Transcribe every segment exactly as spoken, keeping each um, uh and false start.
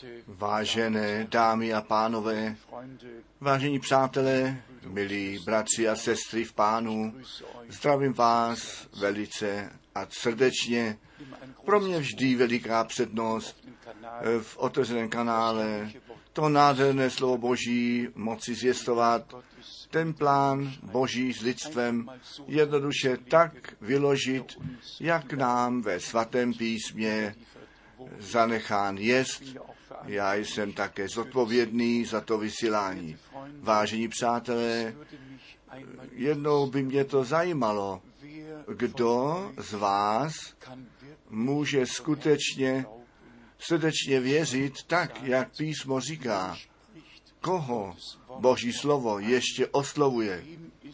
Vážené dámy a pánové, vážení přátelé, milí bratři a sestry v Pánu, zdravím vás velice a srdečně. Pro mě vždy veliká přednost v otevřeném kanále to nádherné slovo Boží moci zvěstovat, ten plán Boží s lidstvem jednoduše tak vyložit, jak nám ve svatém písmě zanechán jest. Já jsem také zodpovědný za to vysílání. Vážení přátelé, jednou by mě to zajímalo, kdo z vás může skutečně srdečně věřit tak, jak písmo říká. Koho Boží slovo ještě oslovuje?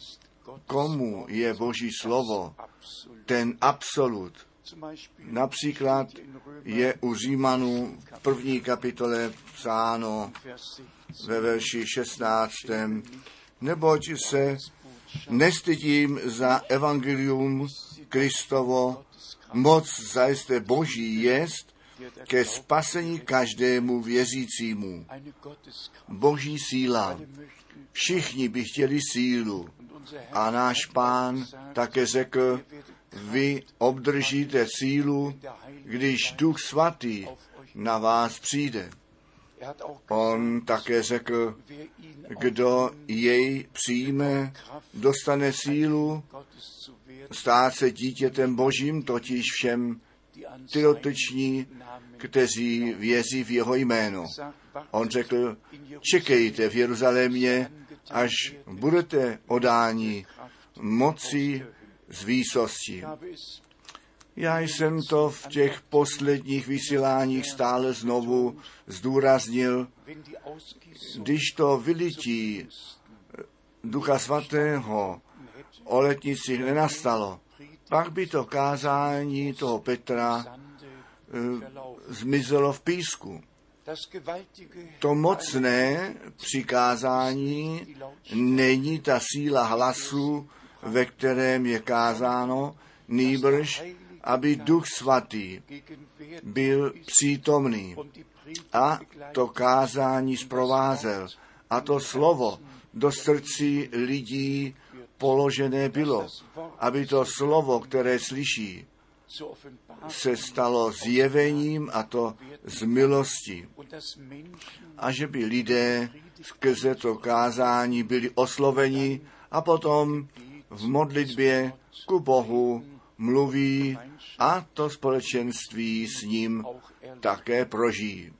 Komu je Boží slovo ten absolut? Například je u Římanů v první kapitole psáno ve verši šestnáctém neboť se nestydím za evangelium Kristovo, moc zajisté Boží jest ke spasení každému věřícímu. Boží síla. Všichni by chtěli sílu. A náš Pán také řekl, vy obdržíte sílu, když Duch Svatý na vás přijde. On také řekl, kdo jej přijme, dostane sílu stát se dítětem Božím, totiž všem ty dotyční, kteří věří v jeho jméno. On řekl, čekejte v Jeruzalémě, až budete odáni moci z výsosti. Já jsem to v těch posledních vysíláních stále znovu zdůraznil, když to vylití Ducha Svatého o letnicích nenastalo, pak by to kázání toho Petra e, zmizelo v písku. To mocné přikázání není ta síla hlasu, ve kterém je kázáno, nýbrž, aby Duch Svatý byl přítomný a to kázání zprovázel. A to slovo do srdcí lidí položené bylo, aby to slovo, které slyší, se stalo zjevením, a to z milosti. A že by lidé skrze to kázání byli osloveni a potom v modlitbě ku Bohu mluví a to společenství s ním také prožijí.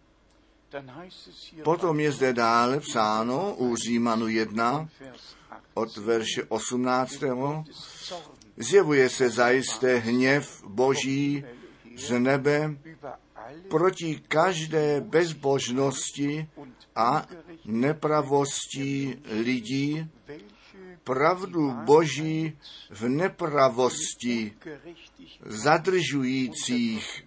Potom je zde dále psáno u Římanu jedna od verše osmnáctého Zjevuje se zajisté hněv Boží z nebe proti každé bezbožnosti a nepravosti lidí, pravdu Boží v nepravosti zadržujících.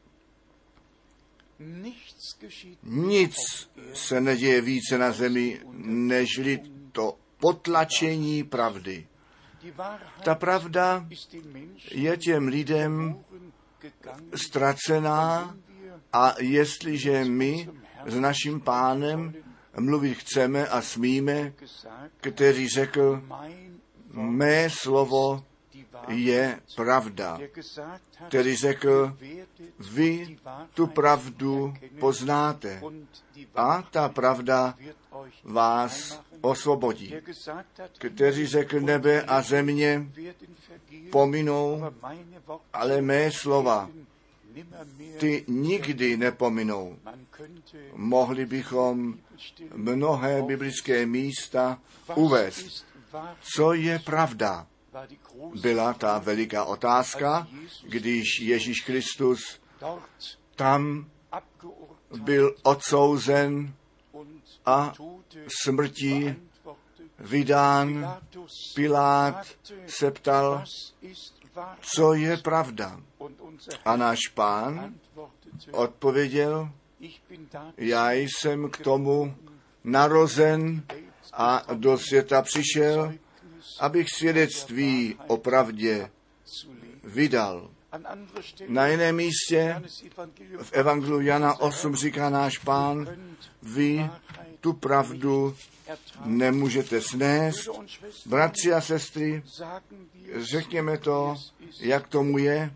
Nic se neděje více na zemi, nežli to potlačení pravdy. Ta pravda je těm lidem ztracená a jestliže my s naším Pánem mluvit chceme a smíme, který řekl, mé slovo je pravda, který řekl, vy tu pravdu poznáte a ta pravda vás osvobodí. Který řekl, nebe a země pominou, ale mé slova ty nikdy nepominou. Mohli bychom mnohé biblické místa uvést. Co je pravda? Byla ta veliká otázka, když Ježíš Kristus tam byl odsouzen a smrtí vydán. Pilát se ptal, co je pravda. A náš Pán odpověděl, já jsem k tomu narozen a do světa přišel, abych svědectví o pravdě vydal. Na jiném místě v Evangeliu Jana osm říká náš Pán, vy tu pravdu nemůžete snést. Bratři a sestry, řekněme to, jak tomu je,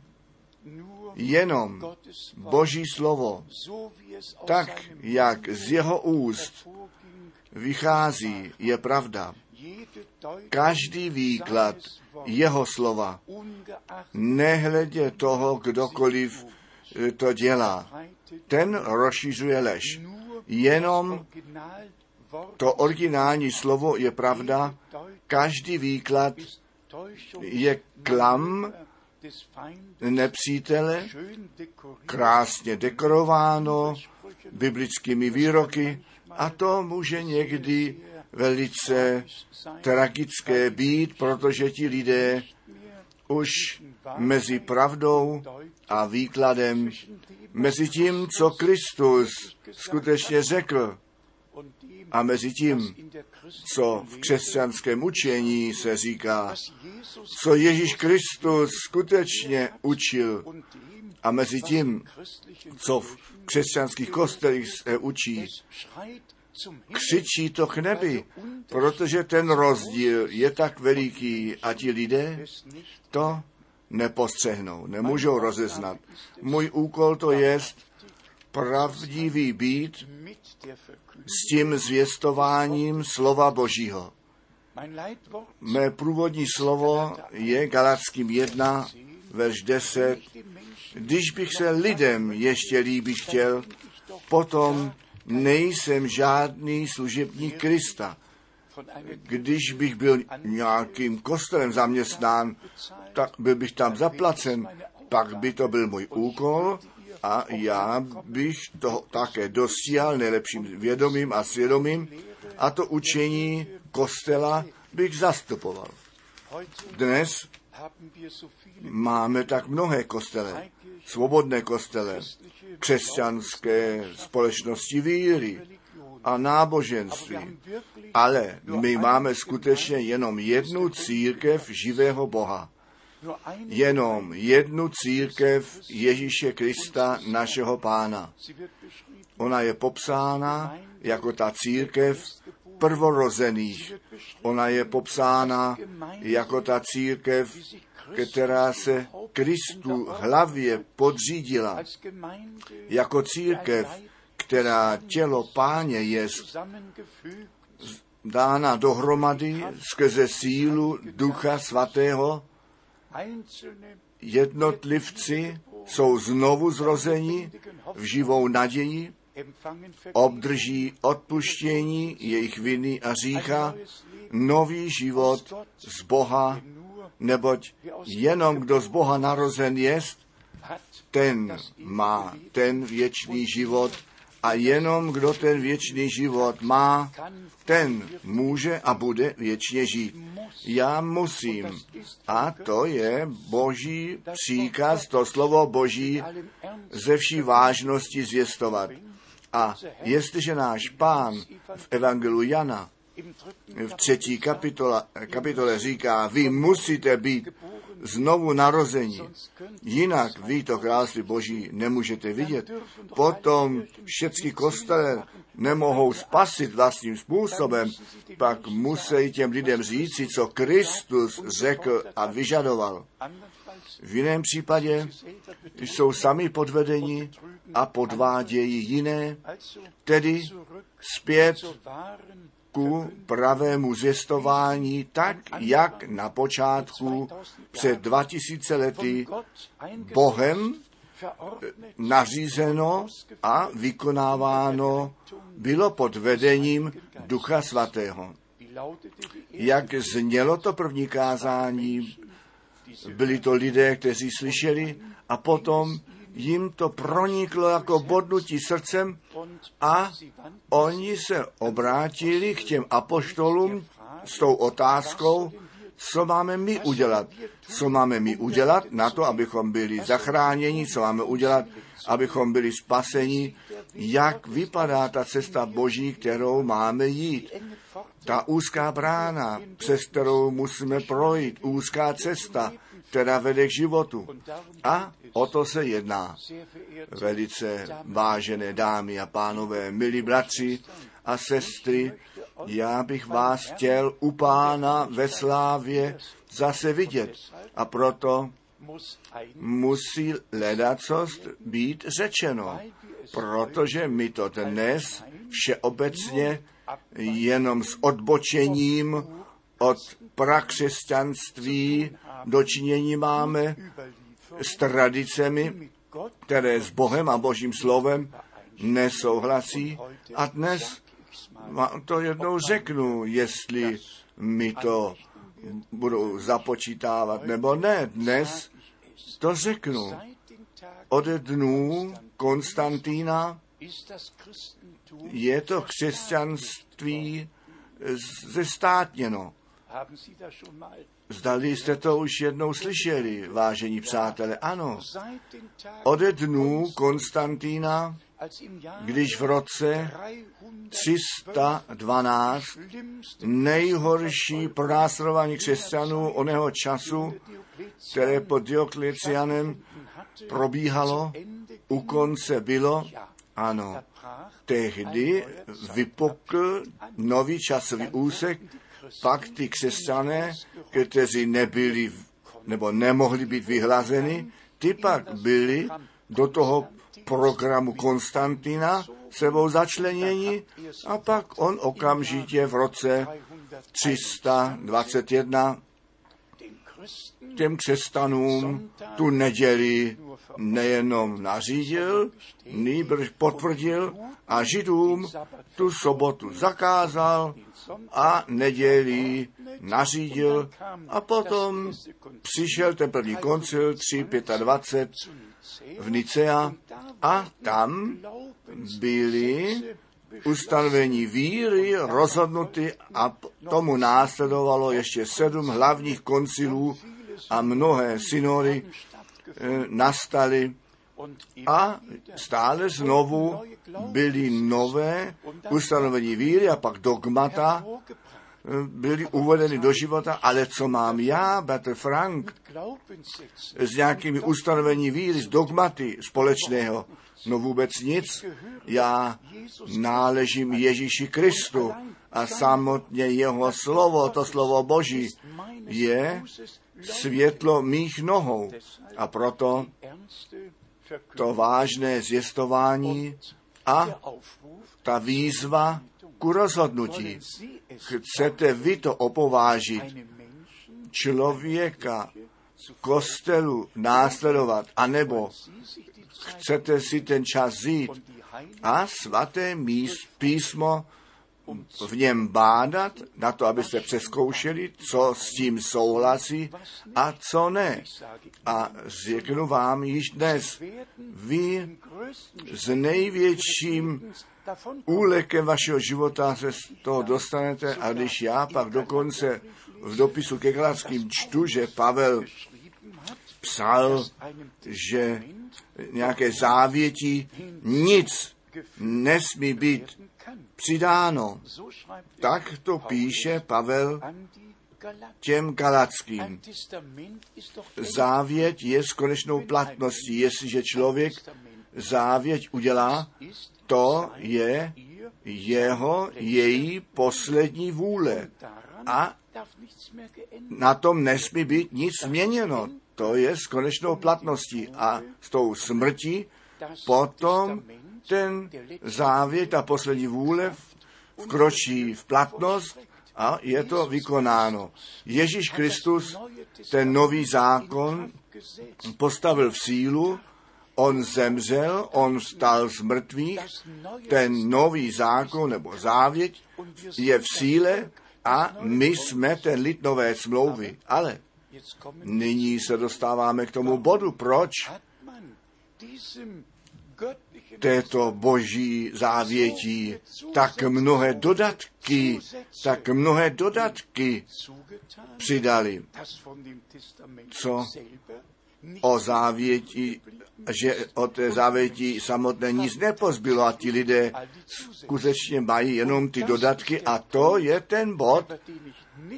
jenom Boží slovo, tak jak z jeho úst vychází, je pravda. Každý výklad jeho slova, nehledě toho, kdokoliv to dělá, ten rozšiřuje lež. Jenom to originální slovo je pravda, každý výklad je klam nepřítele, krásně dekorováno biblickými výroky, a to může někdy velice tragické být, protože ti lidé už mezi pravdou a výkladem, mezi tím, co Kristus skutečně řekl, a mezi tím, co v křesťanském učení se říká, co Ježíš Kristus skutečně učil, a mezi tím, co v křesťanských kostelích se učí, křičí to k nebi, protože ten rozdíl je tak veliký a ti lidé to nepostřehnou, nemůžou rozeznat. Můj úkol to je pravdivý být s tím zvěstováním slova Božího. Mé průvodní slovo je Galatským jedna, verš deset. Když bych se lidem ještě líbit chtěl, potom nejsem žádný služebník Krista. Když bych byl nějakým kostelem zaměstnán, tak byl bych tam zaplacen, pak by to byl můj úkol a já bych to také dostíhal nejlepším vědomím a svědomím a to učení kostela bych zastupoval. Dnes máme tak mnohé kostele, svobodné kostele, křesťanské společnosti víry a náboženství. Ale my máme skutečně jenom jednu církev živého Boha. Jenom jednu církev Ježíše Krista, našeho Pána. Ona je popsána jako ta církev prvorozených. Ona je popsána jako ta církev, která se Kristu hlavě podřídila. Jako církev, která tělo Páně je dána dohromady skrze sílu Ducha Svatého. Jednotlivci jsou znovu zrozeni v živou naději, obdrží odpuštění jejich viny a hřícha, nový život z Boha, neboť jenom kdo z Boha narozen jest, ten má ten věčný život a jenom kdo ten věčný život má, ten může a bude věčně žít. Já musím. A to je Boží příkaz, to slovo Boží ze vší vážnosti zvěstovat. A jestliže náš Pán v Evangeliu Jana v třetí kapitole, kapitole říká, vy musíte být znovu narození, jinak vy to království Boží nemůžete vidět. Potom všechny kostele nemohou spasit vlastním způsobem, pak musí těm lidem říci, co Kristus řekl a vyžadoval. V jiném případě jsou sami podvedeni a podvádějí jiné, tedy zpět ku pravému zvěstování, tak jak na počátku před dva tisíce lety Bohem nařízeno a vykonáváno bylo pod vedením Ducha Svatého. Jak znělo to první kázání, byli to lidé, kteří slyšeli a potom jim to proniklo jako bodnutí srdcem a oni se obrátili k těm apoštolům s tou otázkou, co máme my udělat. Co máme my udělat na to, abychom byli zachráněni, co máme udělat, abychom byli spaseni, jak vypadá ta cesta Boží, kterou máme jít. Ta úzká brána, přes kterou musíme projít, úzká cesta, která vede k životu. A o to se jedná. Velice vážené dámy a pánové, milí bratři a sestry, já bych vás chtěl u Pána ve slávě zase vidět. A proto musí ledacost být řečeno, protože my to dnes všeobecně jenom s odbočením od prakřesťanství dočinění máme, s tradicemi, které s Bohem a Božím slovem nesouhlasí. A dnes to jednou řeknu, jestli mi to budou započítávat nebo ne. Dnes to řeknu. Od dnů Konstantína je to křesťanství zestátněno. Zdali jste to už jednou slyšeli, vážení přátelé? Ano. Od dnů Konstantína, když v roce tři sta dvanáct nejhorší pronásledování křesťanů oného času, které pod Dioklecianem probíhalo, u konce bylo, ano, tehdy vypukl nový časový úsek, pak ty křesťané, kteří nebyli nebo nemohli být vyhlazeni, ty pak byli do toho programu Konstantina sebou začleněni a pak on okamžitě v roce tři sta dvacet jedna těm křesťanům tu neděli nejenom nařídil, nýbrž potvrdil a Židům tu sobotu zakázal a neděli nařídil a potom přišel ten první koncil tři sta dvacet pět v Nicea a tam byli ustanovení víry rozhodnuty a tomu následovalo ještě sedm hlavních koncilů a mnohé synody e, nastaly a stále znovu byly nové ustanovení víry a pak dogmata byly uvedeny do života, ale co mám já, bratr Frank, s nějakými ustanovení víry, s dogmaty společného? No vůbec nic. Já náležím Ježíši Kristu a samotně jeho slovo, to slovo Boží, je světlo mých nohou. A proto to vážné zjistování a ta výzva ku rozhodnutí. Chcete vy to opovážit, člověka kostelu následovat, anebo chcete si ten čas vzít a svaté míst, písmo v něm bádat, na to, abyste přezkoušeli, co s tím souhlasí a co ne. A řeknu vám již dnes, vy s největším úlekem vašeho života se z toho dostanete a když já pak dokonce v dopisu ke Galackým čtu, že Pavel psal, že nějaké závětí nic nesmí být přidáno. Tak to píše Pavel těm Galackým. Závěť je s konečnou platností. Jestliže člověk závěť udělá, to je jeho, její poslední vůle. A na tom nesmí být nic změněno. To je s konečnou platností. A s tou smrtí potom ten závěť, ta poslední vůle vkročí v platnost a je to vykonáno. Ježíš Kristus ten nový zákon postavil v sílu, on zemřel, on vstal z mrtvých, ten nový zákon nebo závěť je v síle a my jsme ten lid nové smlouvy. Ale nyní se dostáváme k tomu bodu, proč této boží závětí tak mnohé dodatky, tak mnohé dodatky přidali. Co o závěti, že o té závěti samotné nic nepozbylo a ti lidé skutečně mají jenom ty dodatky a to je ten bod,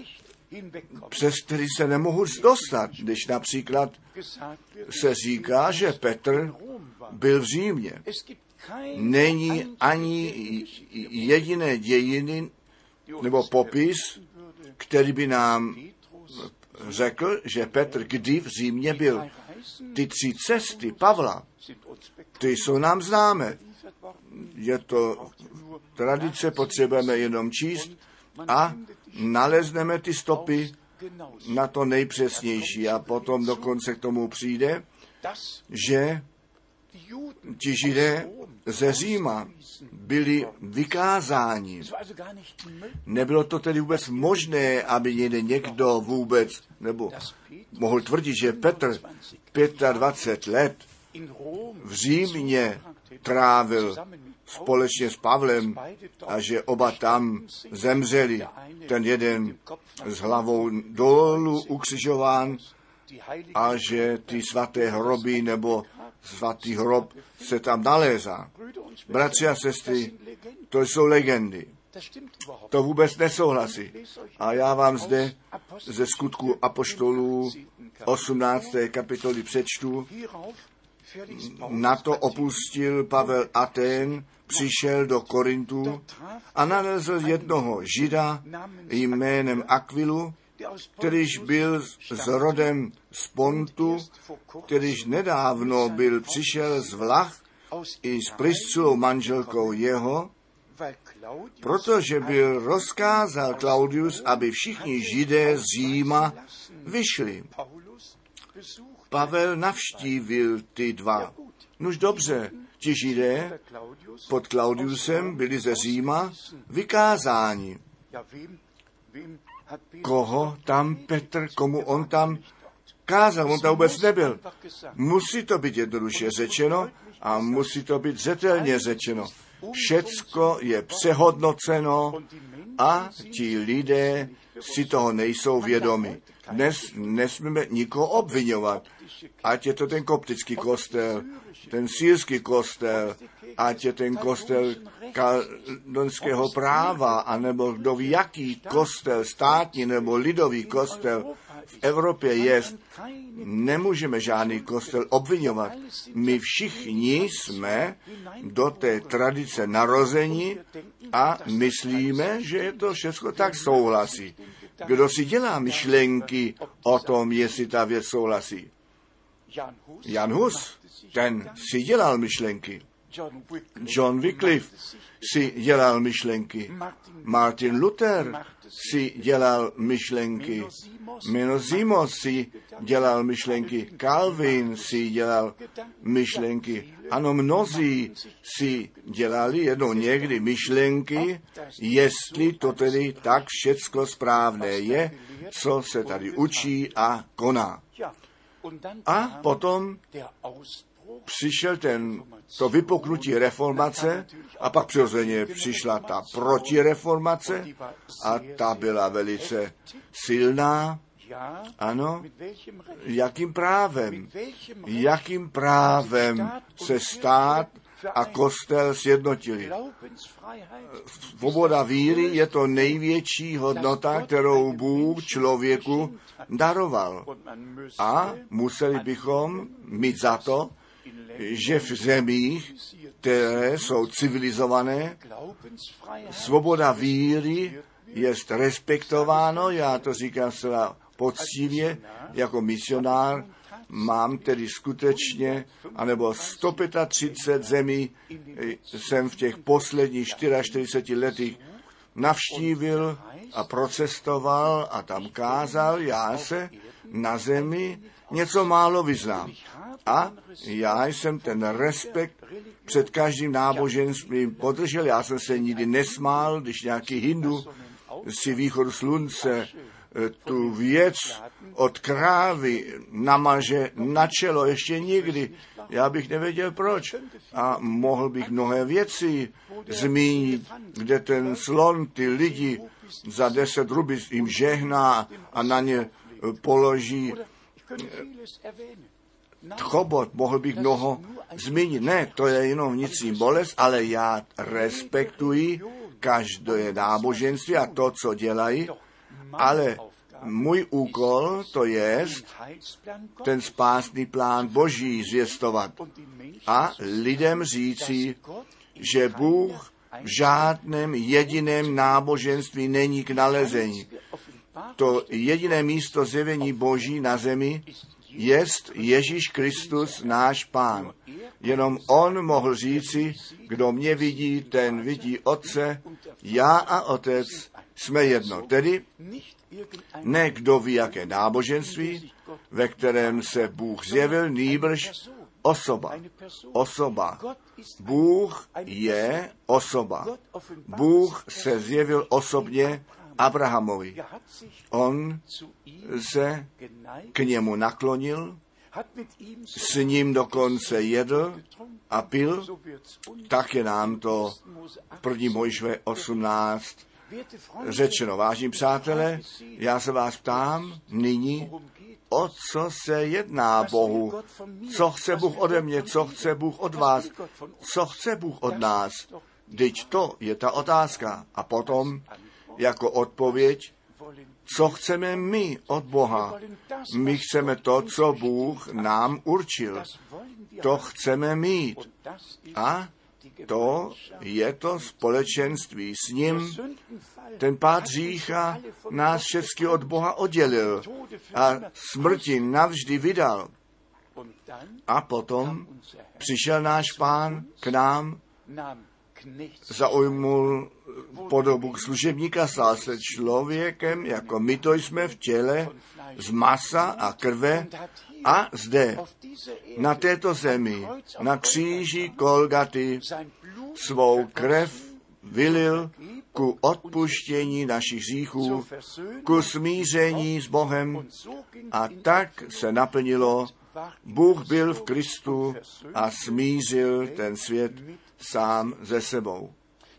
přes který se nemohu dostat, když například se říká, že Petr byl v Římě. Není ani jediné dějiny nebo popis, který by nám řekl, že Petr kdy v Římě byl. Ty tři cesty Pavla, ty jsou nám známé. Je to tradice, potřebujeme jenom číst a nalezneme ty stopy na to nejpřesnější. A potom dokonce k tomu přijde, že ti Židé ze Říma byli vykázáni. Nebylo to tedy vůbec možné, aby někde někdo vůbec, nebo mohl tvrdit, že Petr dvacet pět let v Římě trávil společně s Pavlem a že oba tam zemřeli. Ten jeden s hlavou dolů ukřižován a že ty svaté hroby nebo svatý hrob se tam nalézá. Bratři a sestry, to jsou legendy. To vůbec nesouhlasí. A já vám zde ze Skutků apoštolů osmnácté kapitoly přečtu. Na to opustil Pavel Aten, přišel do Korintu a nalezl jednoho Žida jménem Akvilu, kterýž byl s rodem z Pontu, kterýž nedávno byl přišel z Vlach i s Priscilou manželkou jeho, protože byl rozkázal Claudius, aby všichni Židé z Říma vyšli. Pavel navštívil ty dva. Nuž dobře, ti Židé pod Claudiusem byli ze Říma vykázáni. Koho tam Petr, komu on tam kázal, on tam vůbec nebyl. Musí to být jednoduše řečeno a musí to být zřetelně řečeno. Všecko je přehodnoceno a ti lidé si toho nejsou vědomi. Dnes nesmíme nikoho obvinovat. Ať je to ten koptický kostel, ten sýrský kostel, ať je ten kostel kaldonského práva, anebo kdo ví, jaký kostel, státní nebo lidový kostel v Evropě je. Nemůžeme žádný kostel obvinovat. My všichni jsme do té tradice narozeni a myslíme, že je to všechno tak souhlasí. Kdo si dělá myšlenky o tom, jestli ta věc souhlasí? Jan Hus, ten si dělal myšlenky. John Wycliffe si dělal myšlenky. Martin Luther si dělal myšlenky. Menozimos si dělal myšlenky. Calvin si dělal myšlenky. Ano, mnozí si dělali jednou někdy myšlenky, jestli to tedy tak všecko správné je, co se tady učí a koná. A potom přišel ten, to vypuknutí reformace a pak přirozeně přišla ta protireformace a ta byla velice silná. Ano, jakým právem, jakým právem se stát a kostel sjednotili. Svoboda víry je to největší hodnota, kterou Bůh člověku daroval. A museli bychom mít za to, že v zemích, které jsou civilizované, svoboda víry je respektováno, já to říkám zcela poctivě, jako misionár, mám tedy skutečně, anebo sto třicet pět zemí jsem v těch posledních čtyřiceti čtyřech letech navštívil a procestoval a tam kázal, já se na zemi něco málo vyznám. A já jsem ten respekt před každým náboženstvím podržel, já jsem se nikdy nesmál, když nějaký Hindu si východ slunce tu věc od krávy namaže na čelo ještě nikdy. Já bych nevěděl proč. A mohl bych mnohé věci zmínit, kde ten slon ty lidi za deset ruby jim žehná a na ně položí chobot. Mohl bych mnoho zmínit. Ne, to je jenom vnitřní bolest, ale já respektuji každé náboženství a to, co dělají, ale můj úkol to je ten spásný plán Boží zvěstovat a lidem říci, že Bůh v žádném jediném náboženství není k nalezení. To jediné místo zjevení Boží na zemi jest Ježíš Kristus, náš Pán. Jenom on mohl říci, kdo mě vidí, ten vidí Otce, já a Otec jsme jedno. Tedy ne kdo ví, jaké náboženství, ve kterém se Bůh zjevil, nýbrž osoba. Osoba. Bůh je osoba. Bůh se zjevil osobně Abrahamovi. On se k němu naklonil, s ním dokonce jedl a pil, tak je nám to v první Mojžíšové osmnáct řečeno. Vážení přátelé, já se vás ptám nyní, o co se jedná Bohu? Co chce Bůh ode mě? Co chce Bůh od vás? Co chce Bůh od nás? Vždyť to je ta otázka. A potom, jako odpověď, co chceme my od Boha? My chceme to, co Bůh nám určil. To chceme mít. A to je to společenství s ním. Ten pád hřícha nás všechny od Boha oddělil a smrti navždy vydal. A potom přišel náš Pán k nám, zaujmul podobu služebníka, stal se člověkem, jako my to jsme v těle, z masa a krve, a zde, na této zemi, na kříži Golgaty, svou krev vylil ku odpuštění našich hříchů, ku smíření s Bohem, a tak se naplnilo, Bůh byl v Kristu a smířil ten svět sám ze sebou.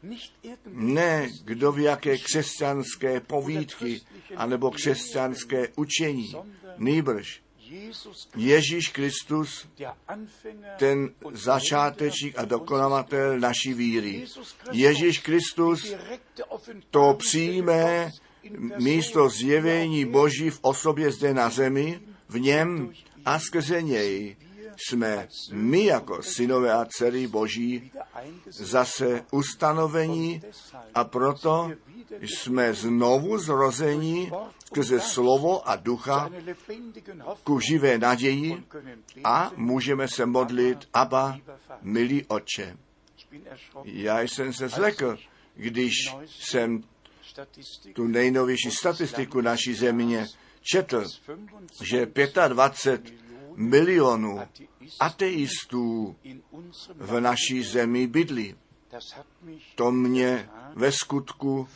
Ne kdo v jaké křesťanské povídky anebo křesťanské učení, nýbrž Ježíš Kristus, ten začátečník a dokonavatel naší víry. Ježíš Kristus, to přímé místo zjevení Boží v osobě zde na zemi, v něm a skrze něj jsme my jako synové a dcery Boží zase ustanovení, a proto jsme znovu zrození skrze slovo a ducha ku živé naději a můžeme se modlit: Abba, milý Otče. Já jsem se zlekl, když jsem tu nejnovější statistiku naší země četl, že dvacet pět milionů ateistů v naší zemi bydlí. To mě ve skutku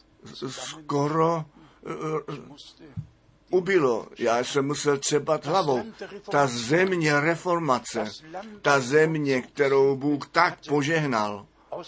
skoro uh, ubilo. Já jsem musel třebat hlavou. Ta země reformace, ta země, kterou Bůh tak požehnal,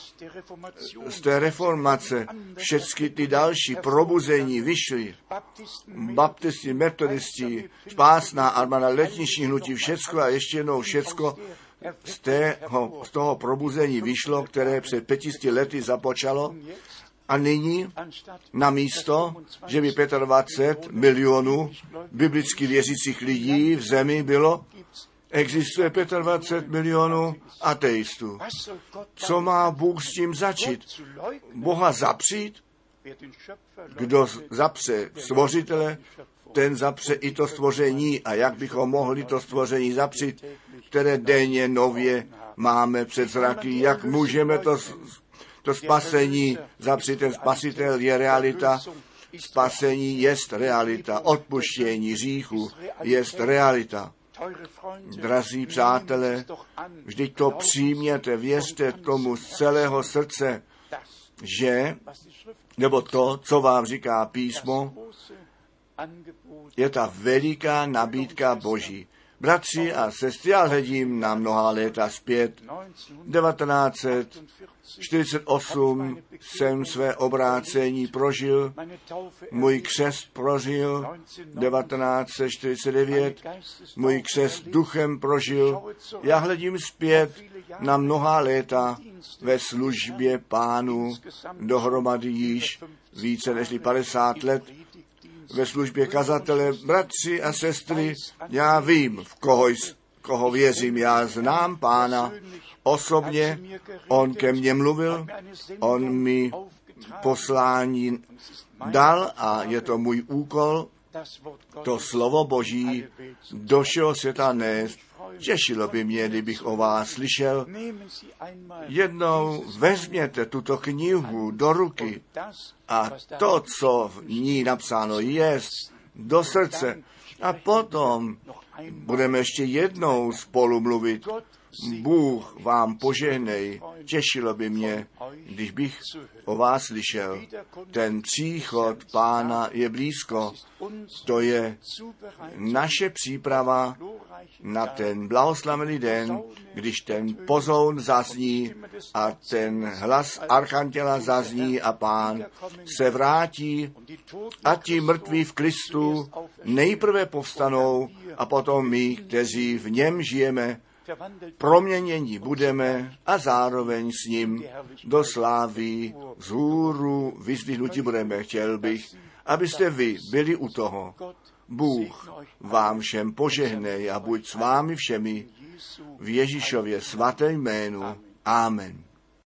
z té reformace všechny ty další probuzení vyšly. Baptisti, metodisti, spásná armáda, letniční hnutí, všecko a ještě jednou všecko z, tého, z toho probuzení vyšlo, které před pětisty lety započalo. A nyní na místo, že by dvacet pět milionů biblicky věřících lidí v zemi bylo, existuje dvacet pět milionů ateistů. Co má Bůh s tím začít? Boha zapřít? Kdo zapře stvořitele, ten zapře i to stvoření. A jak bychom mohli to stvoření zapřít, které denně nově máme před zraky? Jak můžeme to, to spasení zapřít? Ten spasitel je realita. Spasení jest realita. Odpuštění hříchu jest realita. Drazí přátelé, vždyť to přijměte, věřte tomu z celého srdce, že, nebo to, co vám říká písmo, je ta veliká nabídka Boží. Bratři a sestry, já hledím na mnoha léta zpět. devatenáct set čtyřicet osm jsem své obrácení prožil, můj křest prožil, devatenáct set čtyřicet devět, můj křest duchem prožil. Já hledím zpět na mnoha léta ve službě Pánu, dohromady již více než padesát let ve službě kazatele. Bratři a sestry, já vím, v koho, koho věřím. Já znám Pána osobně, on ke mně mluvil, on mi poslání dal a je to můj úkol to slovo Boží do všeho světa nést. Těšilo by mě, kdybych o vás slyšel. Jednou vezměte tuto knihu do ruky a to, co v ní napsáno je, do srdce. A potom budeme ještě jednou spolu mluvit. Bůh vám požehnej. Těšilo by mě, když bych o vás slyšel. Ten příchod Pána je blízko. To je naše příprava na ten blahoslavený den, když ten pozoun zazní a ten hlas archanděla zazní a Pán se vrátí a ti mrtví v Kristu nejprve povstanou a potom my, kteří v něm žijeme, proměnění budeme a zároveň s ním do slávy vzhůru vyzdvihnuti budeme. Chtěl bych, abyste vy byli u toho. Bůh vám všem požehnej a buď s vámi všemi v Ježíšově svatém jménu. Amen.